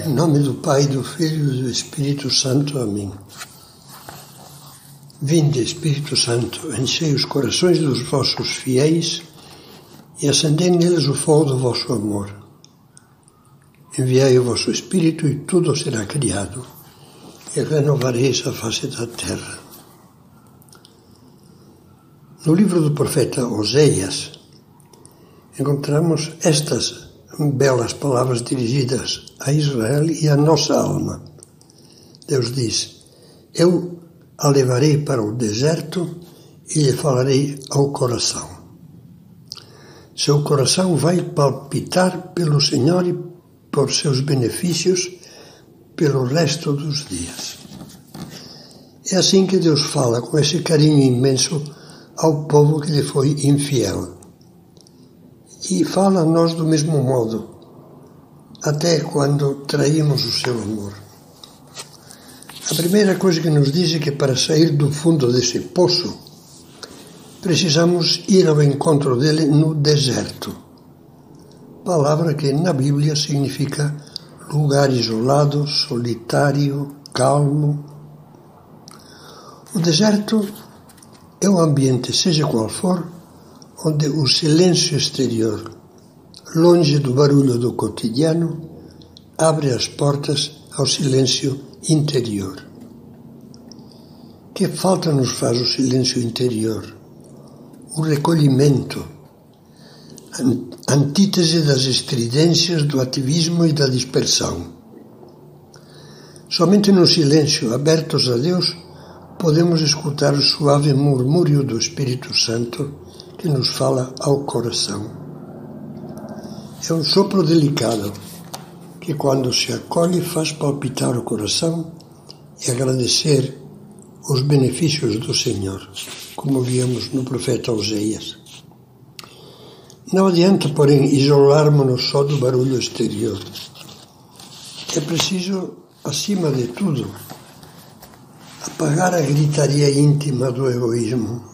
Em nome do Pai, do Filho e do Espírito Santo. Amém. Vinde, Espírito Santo, enchei os corações dos vossos fiéis e acendei neles o fogo do vosso amor. Enviai o vosso Espírito e tudo será criado, e renovareis a face da terra. No livro do profeta Oséias, encontramos estas belas palavras dirigidas a Israel e à nossa alma. Deus diz: eu a levarei para o deserto e lhe falarei ao coração. Seu coração vai palpitar pelo Senhor e por seus benefícios pelo resto dos dias. É assim que Deus fala, com esse carinho imenso ao povo que lhe foi infiel. E fala a nós do mesmo modo, até quando traímos o seu amor. A primeira coisa que nos diz é que para sair do fundo desse poço, precisamos ir ao encontro dele no deserto. Palavra que na Bíblia significa lugar isolado, solitário, calmo. O deserto é um ambiente, seja qual for, onde o silêncio exterior, longe do barulho do cotidiano, abre as portas ao silêncio interior. Que falta nos faz o silêncio interior? O recolhimento, antítese das estridências, do ativismo e da dispersão. Somente no silêncio, abertos a Deus, podemos escutar o suave murmúrio do Espírito Santo que nos fala ao coração. É um sopro delicado que, quando se acolhe, faz palpitar o coração e agradecer os benefícios do Senhor, como víamos no profeta Oséias. Não adianta, porém, isolarmos-nos só do barulho exterior. É preciso, acima de tudo, apagar a gritaria íntima do egoísmo.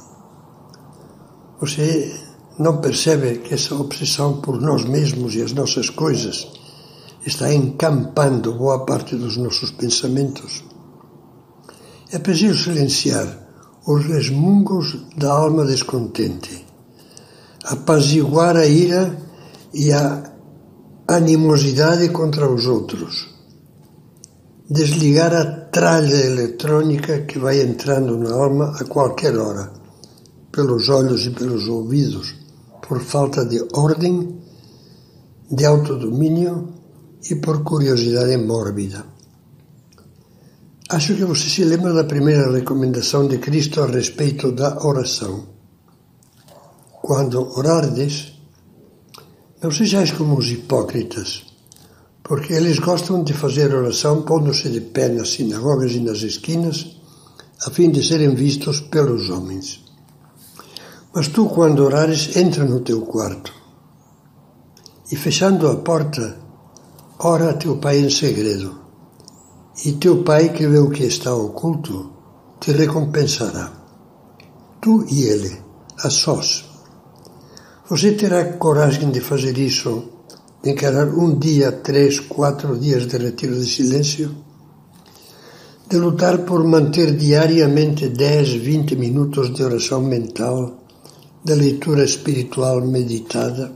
Você não percebe que essa obsessão por nós mesmos e as nossas coisas está encampando boa parte dos nossos pensamentos? É preciso silenciar os resmungos da alma descontente, apaziguar a ira e a animosidade contra os outros, desligar a tralha eletrônica que vai entrando na alma a qualquer hora, pelos olhos e pelos ouvidos, por falta de ordem, de autodomínio e por curiosidade mórbida. Acho que você se lembra da primeira recomendação de Cristo a respeito da oração. Quando orardes, não sejais como os hipócritas, porque eles gostam de fazer oração pondo-se de pé nas sinagogas e nas esquinas, a fim de serem vistos pelos homens. Mas tu, quando orares, entra no teu quarto e, fechando a porta, ora a teu Pai em segredo. E teu Pai, que vê o que está oculto, te recompensará. Tu e Ele, a sós. Você terá coragem de fazer isso, de encarar um dia, 3, 4 dias de retiro de silêncio? De lutar por manter diariamente 10, 20 minutos de oração mental, de leitura espiritual meditada?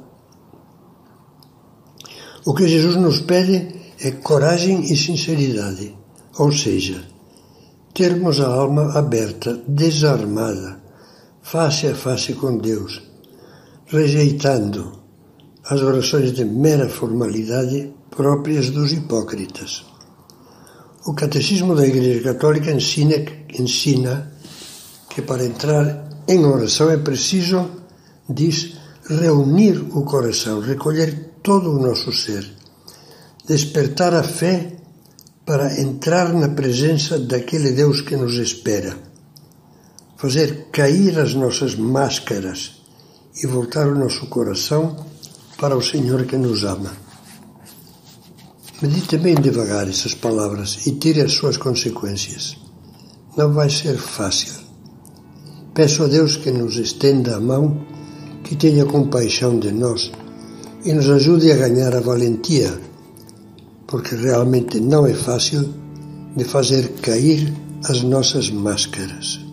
O que Jesus nos pede é coragem e sinceridade, ou seja, termos a alma aberta, desarmada, face a face com Deus, rejeitando as orações de mera formalidade próprias dos hipócritas. O Catecismo da Igreja Católica ensina que para entrar em oração é preciso, diz, reunir o coração, recolher todo o nosso ser, despertar a fé para entrar na presença daquele Deus que nos espera, fazer cair as nossas máscaras e voltar o nosso coração para o Senhor que nos ama. Medite bem devagar essas palavras e tire as suas consequências. Não vai ser fácil. Peço a Deus que nos estenda a mão, que tenha compaixão de nós e nos ajude a ganhar a valentia porque realmente não é fácil de fazer cair as nossas máscaras.